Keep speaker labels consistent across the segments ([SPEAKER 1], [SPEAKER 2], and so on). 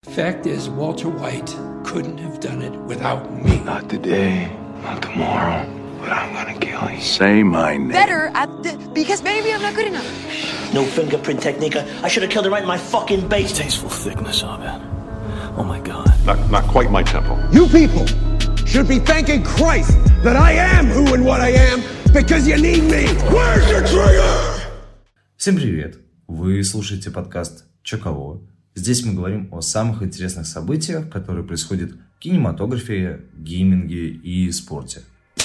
[SPEAKER 1] Fact is, Walter White couldn't have done it without me.
[SPEAKER 2] Not today, not tomorrow, but I'm gonna kill you. Say my name.
[SPEAKER 3] Better because maybe I'm not good enough.
[SPEAKER 4] No fingerprint technique. I should have killed her right in my fucking base.
[SPEAKER 2] Tasteful thickness of it. Oh my God.
[SPEAKER 5] Not quite my tempo.
[SPEAKER 6] You people should be thanking Christ that I am who and what I am because you need me. Where's your trigger?
[SPEAKER 7] Всем привет! Вы слушаете подкаст «Чё кого?». Здесь мы говорим о самых интересных событиях, которые происходят в кинематографе, гейминге и спорте.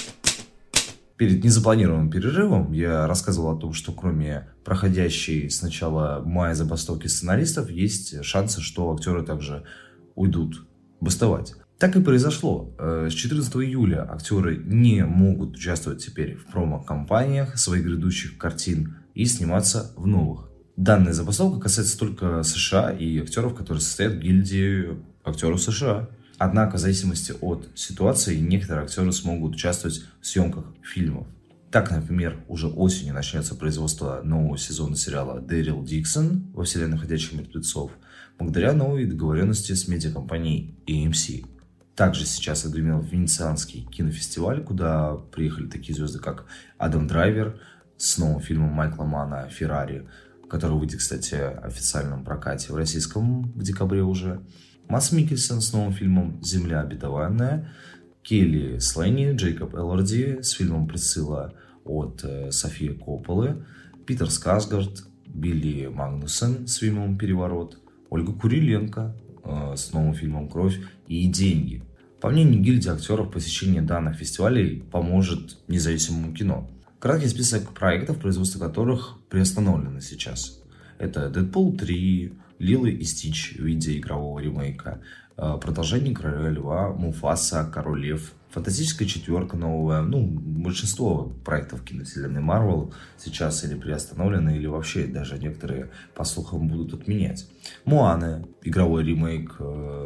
[SPEAKER 7] Перед незапланированным перерывом я рассказывал о том, что кроме проходящей с начала мая забастовки сценаристов, есть шансы, что актеры также уйдут бастовать. Так и произошло. С 14 июля актеры не могут участвовать теперь в промо-компаниях своих грядущих картин и сниматься в новых. Данная забастовка касается только США и актеров, которые состоят в гильдии актеров США. Однако, в зависимости от ситуации, некоторые актеры смогут участвовать в съемках фильмов. Так, например, уже осенью начнется производство нового сезона сериала «Дэрил Диксон» во вселенной «Ходячих мертвецов», благодаря новой договоренности с медиакомпанией AMC. Также сейчас отгремел Венецианский кинофестиваль, куда приехали такие звезды, как Адам Драйвер с новым фильмом Майкла Манна «Феррари», который выйдет, кстати, в официальном прокате в российском в декабре уже. Мадс Миккельсен с новым фильмом «Земля обетованная», Келли Слейни, Джейкоб Элорди с фильмом «Присцилла» от Софии Копполы, Питер Скарсгард, Билли Магнуссен с фильмом «Переворот», Ольга Куриленко с новым фильмом «Кровь и деньги». По мнению гильдии актеров, посещение данных фестивалей поможет независимому кино. Краткий список проектов, производство которых приостановлено сейчас. Это «Дэдпул 3», «Лило и Стич» в виде игрового ремейка, продолжение «Короля льва», «Муфаса», «Король лев», «Фантастическая четверка» новая. Большинство проектов киновселенной Marvel сейчас или приостановлены, или вообще даже некоторые, по слухам, будут отменять. «Моана», игровой ремейк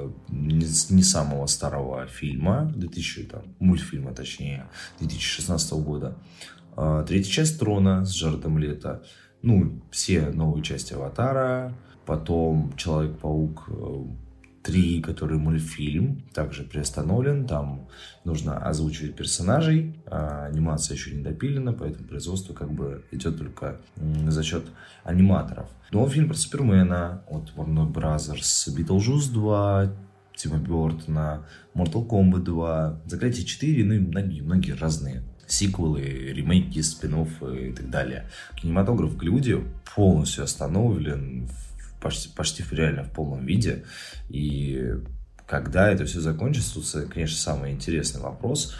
[SPEAKER 7] не самого старого фильма, мультфильма, точнее, 2016 года. Третья часть «Трона» с Джаредом Лето. Все новые части «Аватара». Потом «Человек-паук 3», который мультфильм, также приостановлен. Там нужно озвучивать персонажей. Анимация еще не допилена, поэтому производство идет только за счет аниматоров. Новый фильм про Супермена от Warner Bros. «Битлджус 2», Тима Бёртона, Mortal Kombat 2, «Заклятие 4», и многие разные сиквелы, ремейки, спин-оффы и так далее. Кинематограф в Голливуде полностью остановлен, почти реально в полном виде. И когда это все закончится, тут, конечно, самый интересный вопрос.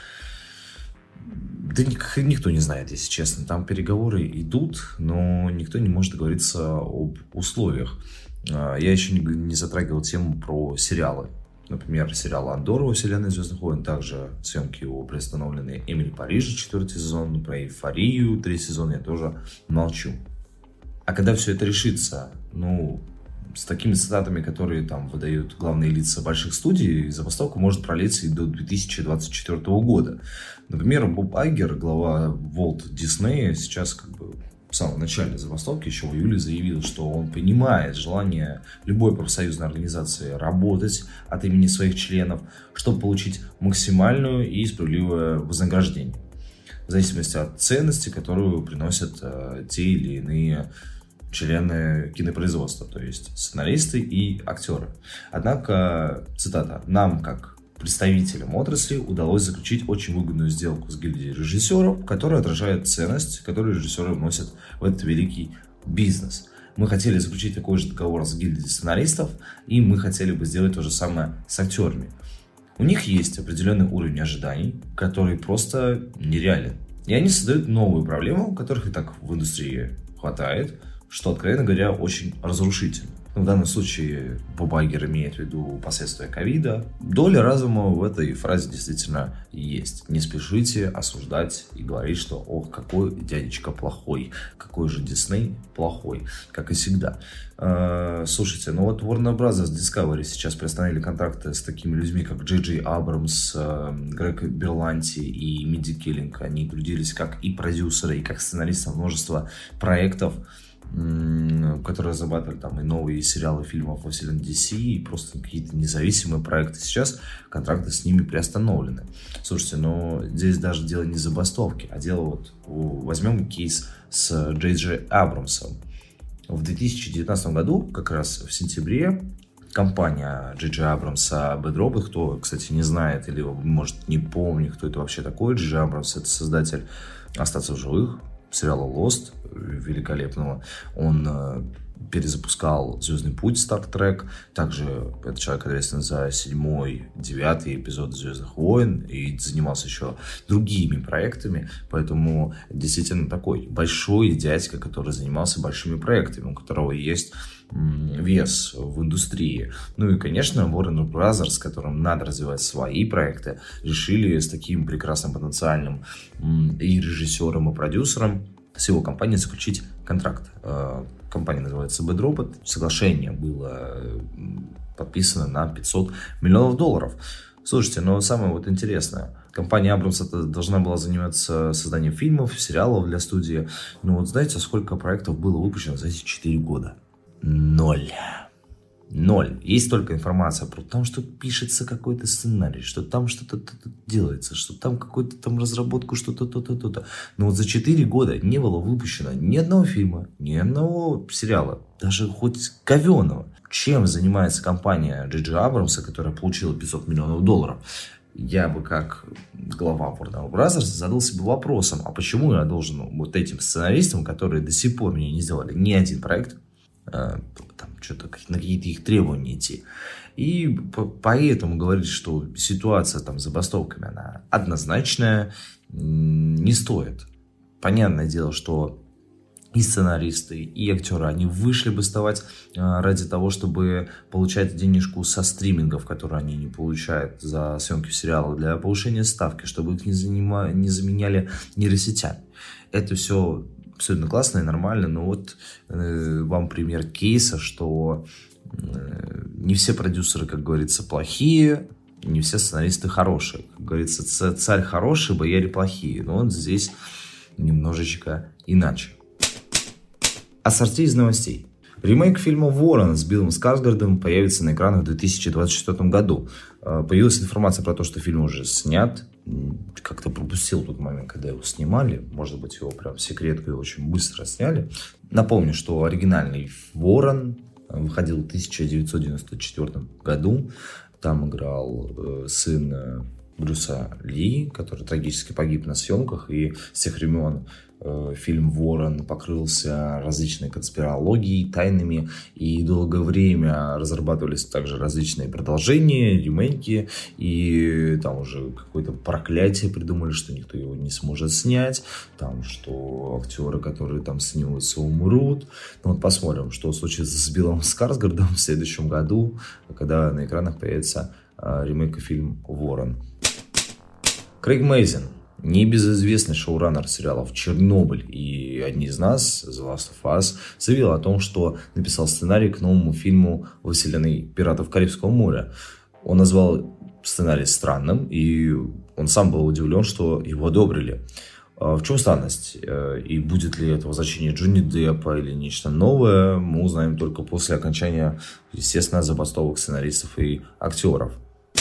[SPEAKER 7] Да никто не знает, если честно. Там переговоры идут, но никто не может договориться об условиях. Я еще не затрагивал тему про сериалы. Например, сериал «Андор» во вселенной «Звездных войн», также съемки его приостановлены. «Эмили Парижа» 4 сезон, про «Эйфорию» 3 сезона я тоже молчу. А когда все это решится, с такими цитатами, которые там выдают главные лица больших студий, забастовка может продлиться и до 2024 года. Например, Боб Айгер, глава Walt Disney, сейчас в самом начале забастовки, еще в июле, заявил, что он понимает желание любой профсоюзной организации работать от имени своих членов, чтобы получить максимальную и справедливое вознаграждение, в зависимости от ценности, которую приносят те или иные члены кинопроизводства, то есть сценаристы и актеры. Однако, цитата, «нам, как представителям отрасли, удалось заключить очень выгодную сделку с гильдией режиссеров, которая отражает ценность, которую режиссеры вносят в этот великий бизнес. Мы хотели заключить такой же договор с гильдией сценаристов, и мы хотели бы сделать то же самое с актерами. У них есть определенный уровень ожиданий, который просто нереален. И они создают новые проблемы, которых и так в индустрии хватает, что, откровенно говоря, очень разрушительно. В данном случае Боб Айгер имеет в виду последствия ковида. Доля разума в этой фразе действительно есть. Не спешите осуждать и говорить, что «ох, какой дядечка плохой, какой же Дисней плохой», как и всегда. Слушайте, Warner Bros. Discovery сейчас приостановили контракты с такими людьми, как Джей Джей Абрамс, Грег Берланти и Минди Келлинг. Они трудились как и продюсеры, и как сценаристы множества проектов. которые разрабатывали там и новые сериалы, фильмы во вселенной DC, и просто какие-то независимые проекты. Сейчас контракты с ними приостановлены. Слушайте, но здесь даже дело не забастовки, а дело вот... Возьмем кейс с Джей Джей Абрамсом. В 2019 году, как раз в сентябре, компания Джей Джей Абрамса Bad Robot, кто, кстати, не знает или, может, не помнит, кто это вообще такой, Джей Джей Абрамс — это создатель «Остаться в живых», сериала Lost великолепного. Он перезапускал «Звездный путь» Star Trek. Также этот человек ответственен за 7-й, 9-й эпизод «Звездных войн» и занимался еще другими проектами. Поэтому действительно такой большой дядька, который занимался большими проектами, у которого есть вес в индустрии. Ну и, конечно, Warner Bros., с которым надо развивать свои проекты, решили с таким прекрасным потенциальным и режиссером, и продюсером с его компанией заключить контракт. Компания называется Bad Robot. Соглашение было подписано на $500 миллионов. Слушайте, но самое вот интересное. Компания Абрамса должна была заниматься созданием фильмов, сериалов для студии. Но вот знаете, сколько проектов было выпущено за эти 4 года? 0. Есть только информация про то, что пишется какой-то сценарий, что там что-то делается, что там какую-то там разработку, что-то то-то. Но вот за 4 года не было выпущено ни одного фильма, ни одного сериала, даже хоть говёного. Чем занимается компания Джей Джей Абрамса, которая получила $500 миллионов? Я бы, как глава Warner Bros., задал себе вопросом, а почему я должен вот этим сценаристам, которые до сих пор мне не сделали ни один проект, там что-то на какие-то их требования идти. И поэтому говорить, что ситуация там с забастовками, она однозначная, не стоит. Понятное дело, что и сценаристы, и актеры, они вышли бастовать ради того, чтобы получать денежку со стримингов, которые они не получают за съемки сериала, для повышения ставки, чтобы их не заменяли нейросетями. Это все абсолютно классно и нормально, но вот вам пример кейса, что не все продюсеры, как говорится, плохие, не все сценаристы хорошие. Как говорится, царь хороший, бояре плохие. Но вот здесь немножечко иначе. Ассорти из новостей. Ремейк фильма «Ворон» с Биллом Скарсгардом появится на экранах в 2024 году. Появилась информация про то, что фильм уже снят. Как-то пропустил тот момент, когда его снимали. Может быть, его прям секреткой очень быстро сняли. Напомню, что оригинальный «Ворон» выходил в 1994 году. Там играл сын Брюса Ли, который трагически погиб на съемках. И с тех времен фильм «Ворон» покрылся различной конспирологией, тайнами, и долгое время разрабатывались также различные продолжения, ремейки, и там уже какое-то проклятие придумали, что никто его не сможет снять, там, что актеры, которые там снимутся, умрут. Ну вот посмотрим, что случится с Биллом Скарсгардом в следующем году, когда на экранах появится ремейк фильма «Ворон». Крейг Мейзин, небезызвестный шоураннер сериалов «Чернобыль» и «Одни из нас», «The Last of Us», заявил о том, что написал сценарий к новому фильму во вселенной «Пиратов Карибского моря». Он назвал сценарий странным, и он сам был удивлен, что его одобрили. В чем странность? И будет ли это возвращение Джонни Деппа или нечто новое, мы узнаем только после окончания, естественно, забастовок сценаристов и актеров.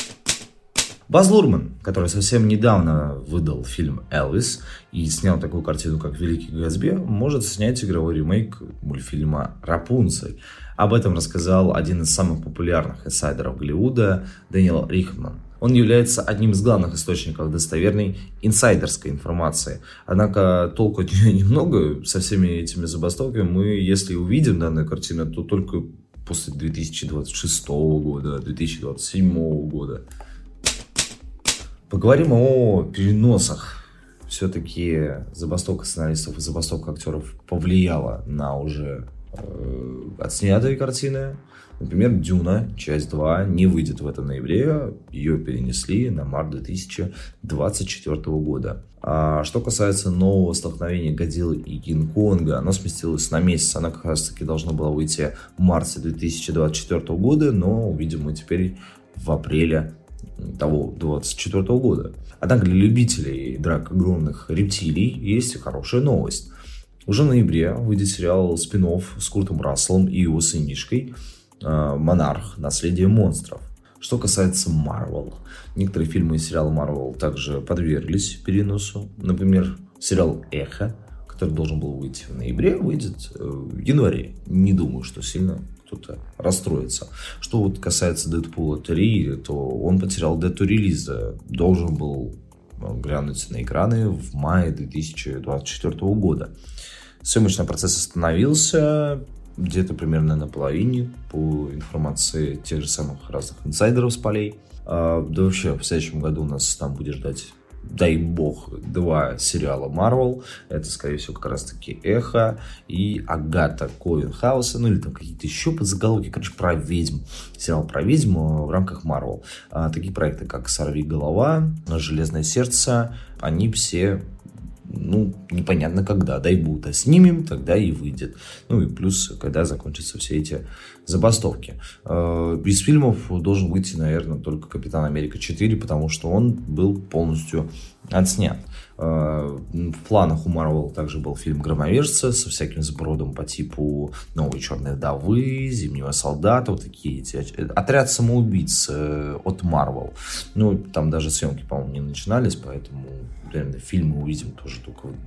[SPEAKER 7] Баз Лурман, который совсем недавно выдал фильм «Элвис» и снял такую картину, как «Великий Гэтсби», может снять игровой ремейк мультфильма «Рапунцель». Об этом рассказал один из самых популярных инсайдеров Голливуда Дэниел Рихман. Он является одним из главных источников достоверной инсайдерской информации. Однако толку от нее немного. Со всеми этими забастовками мы, если увидим данную картину, то только после 2026 года, 2027 года. Поговорим о переносах. Все-таки забастовка сценаристов и забастовка актеров повлияла на уже отснятые картины. Например, «Дюна. Часть 2» не выйдет в этом ноябре. Ее перенесли на март 2024 года. А что касается нового столкновения Годзиллы и Кинг-Конга, оно сместилось на месяц. Оно как раз таки должно было выйти в марте 2024 года, но увидим мы теперь в апреле того 2024 года. Однако для любителей драк огромных рептилий есть хорошая новость. Уже в ноябре выйдет сериал спин-офф с Куртом Расселом и его сынишкой «Монарх. Наследие монстров». Что касается Marvel, некоторые фильмы и сериалы Marvel также подверглись переносу. Например, сериал «Эхо», который должен был выйти в ноябре, выйдет в январе. Не думаю, что сильно кто-то расстроится. Что вот касается Дэдпула 3, то он потерял дату релиза. Должен был глянуть на экраны в мае 2024 года. Съемочный процесс остановился где-то примерно на половине, по информации тех же самых разных инсайдеров с полей. Да вообще, в следующем году нас там будет ждать, дай бог, 2 сериала Marvel. Это, скорее всего, как раз-таки «Эхо» и «Агата Ковенхауса». Ну, или там какие-то еще подзаголовки. Короче, про ведьм. Сериал про ведьм в рамках Marvel. Такие проекты, как «Сорви голова», «Железное сердце», они все... непонятно когда, дай бог, снимем, тогда и выйдет. Ну и плюс, когда закончатся все эти забастовки. Из фильмов должен выйти, наверное, только «Капитан Америка 4», потому что он был полностью отснят. В планах у Marvel также был фильм «Громовержцы» со всяким сбродом по типу «Новой черной вдовы», «Зимнего солдата», вот такие эти. «Отряд самоубийц» от Marvel. Там даже съемки, по-моему, не начинались, поэтому, наверное, фильм мы увидим тоже только в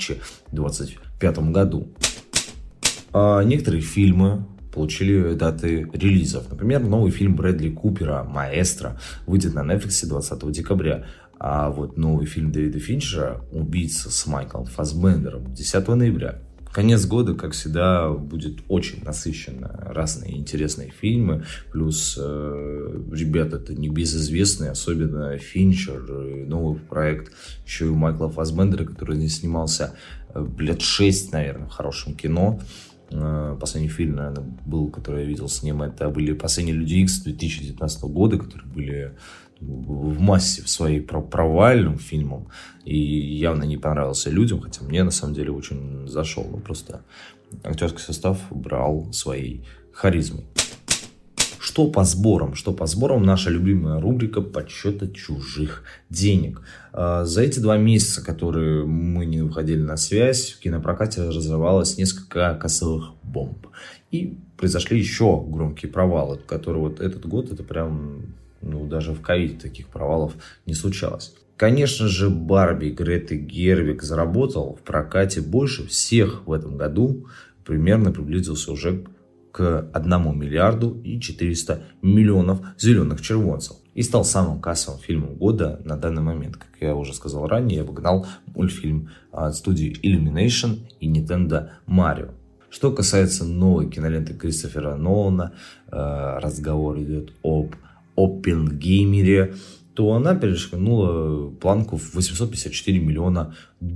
[SPEAKER 7] 2025 году. Некоторые фильмы получили даты релизов. Например, новый фильм Брэдли Купера «Маэстро» выйдет на Netflix 20 декабря. А вот новый фильм Дэвида Финчера «Убийца» с Майклом Фассбендером 10 ноября. Конец года, как всегда, будет очень насыщенно. Разные интересные фильмы. Плюс, ребята, это небезызвестные, особенно Финчер. Новый проект еще и у Майкла Фассбендера, который здесь снимался лет 6, наверное, в хорошем кино. Последний фильм, наверное, был, который я видел с ним, это были «Последние люди Икс» 2019 года, которые были в массе своей провальным фильмом и явно не понравился людям, хотя мне на самом деле очень зашел. Просто актерский состав брал своей харизмой. Что по сборам? Наша любимая рубрика подсчета чужих денег. За эти 2 месяца, которые мы не выходили на связь, в кинопрокате разорвалось несколько кассовых бомб. И произошли еще громкие провалы, которые вот этот год, это прям, даже в ковид таких провалов не случалось. Конечно же, Барби Греты Гервиг заработал в прокате больше всех в этом году. Примерно приблизился уже к 1 миллиарду и 400 миллионов зеленых червонцев. И стал самым кассовым фильмом года на данный момент. Как я уже сказал ранее, обогнал мультфильм от студии Illumination и Nintendo Mario. Что касается новой киноленты Кристофера Нолана, разговор идет об Оппенгеймере, то она перешагнула планку в $854 миллиона,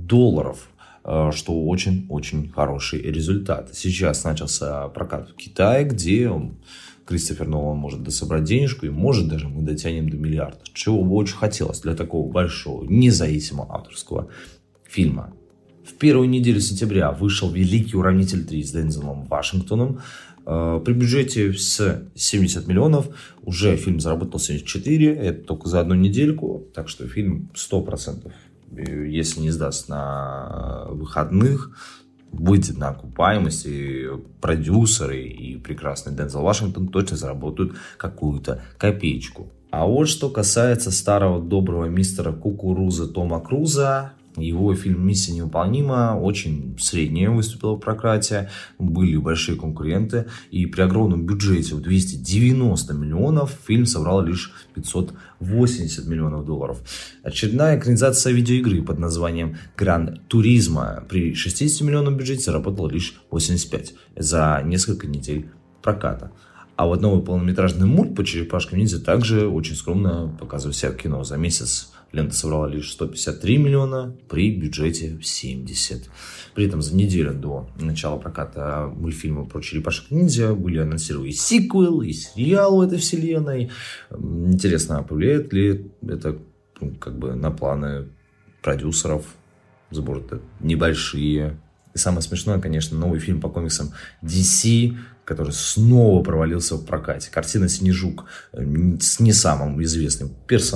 [SPEAKER 7] что очень-очень хороший результат. Сейчас начался прокат в Китае, где Кристофер Нолан может дособрать денежку, и может даже мы дотянем до миллиарда, чего бы очень хотелось для такого большого, независимого авторского фильма. В первую неделю сентября вышел «Великий уравнитель 3» с Дензелом Вашингтоном. При бюджете с 70 миллионов уже фильм заработал 74, это только за 1 недельку, так что фильм 100%, если не сдаст на выходных, выйдет на окупаемость, и продюсеры и прекрасный Дензел Вашингтон точно заработают какую-то копеечку. А вот что касается старого доброго мистера Кукуруза Тома Круза, его фильм «Миссия невыполнима» очень средняя выступила в прокате, были большие конкуренты, и при огромном бюджете в 290 миллионов фильм собрал лишь $580 миллионов. Очередная экранизация видеоигры под названием «Гран Туризмо» при 60 миллионном бюджете заработала лишь 85 за несколько недель проката. А вот новый полнометражный мульт по «Черепашкам-ниндзя» также очень скромно показывает себя в кино. За месяц лента собрала лишь 153 миллиона при бюджете в 70. При этом за неделю до начала проката мультфильма про «Черепашек-ниндзя» были анонсированы и сиквел, и сериал в этой вселенной. Интересно, повлияет ли это на планы продюсеров? Сборы-то небольшие. И самое смешное, конечно, новый фильм по комиксам DC, который снова провалился в прокате. Картина «Снежук» с не самым известным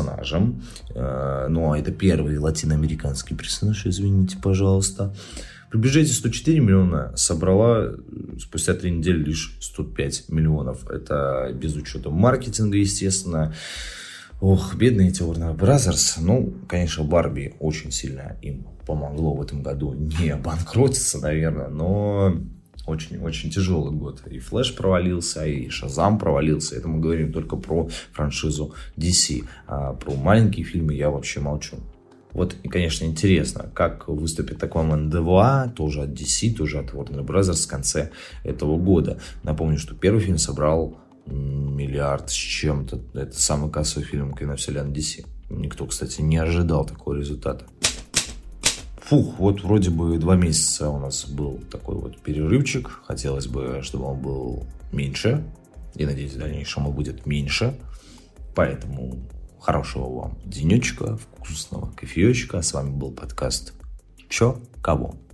[SPEAKER 7] персонажем. Это первый латиноамериканский персонаж, извините, пожалуйста. При бюджете 104 миллиона собрала спустя 3 недели лишь 105 миллионов. Это без учета маркетинга, естественно. Ох, бедные эти Warner Brothers. Ну, конечно, Барби очень сильно им помогло в этом году не обанкротиться, наверное, но очень-очень тяжелый год. И Флэш провалился, и Шазам провалился. Это мы говорим только про франшизу DC. А про маленькие фильмы я вообще молчу. Вот, и, конечно, интересно, как выступит Аквамен 2, тоже от DC, тоже от Warner Brothers в конце этого года. Напомню, что первый фильм собрал миллиард с чем-то. Это самый кассовый фильм киновселенной DC. Никто, кстати, не ожидал такого результата. Фух, вот вроде бы 2 месяца у нас был такой вот перерывчик. Хотелось бы, чтобы он был меньше. И, надеюсь, в дальнейшем он будет меньше. Поэтому хорошего вам денечка, вкусного кофеечка. С вами был подкаст «Чё? Кого?».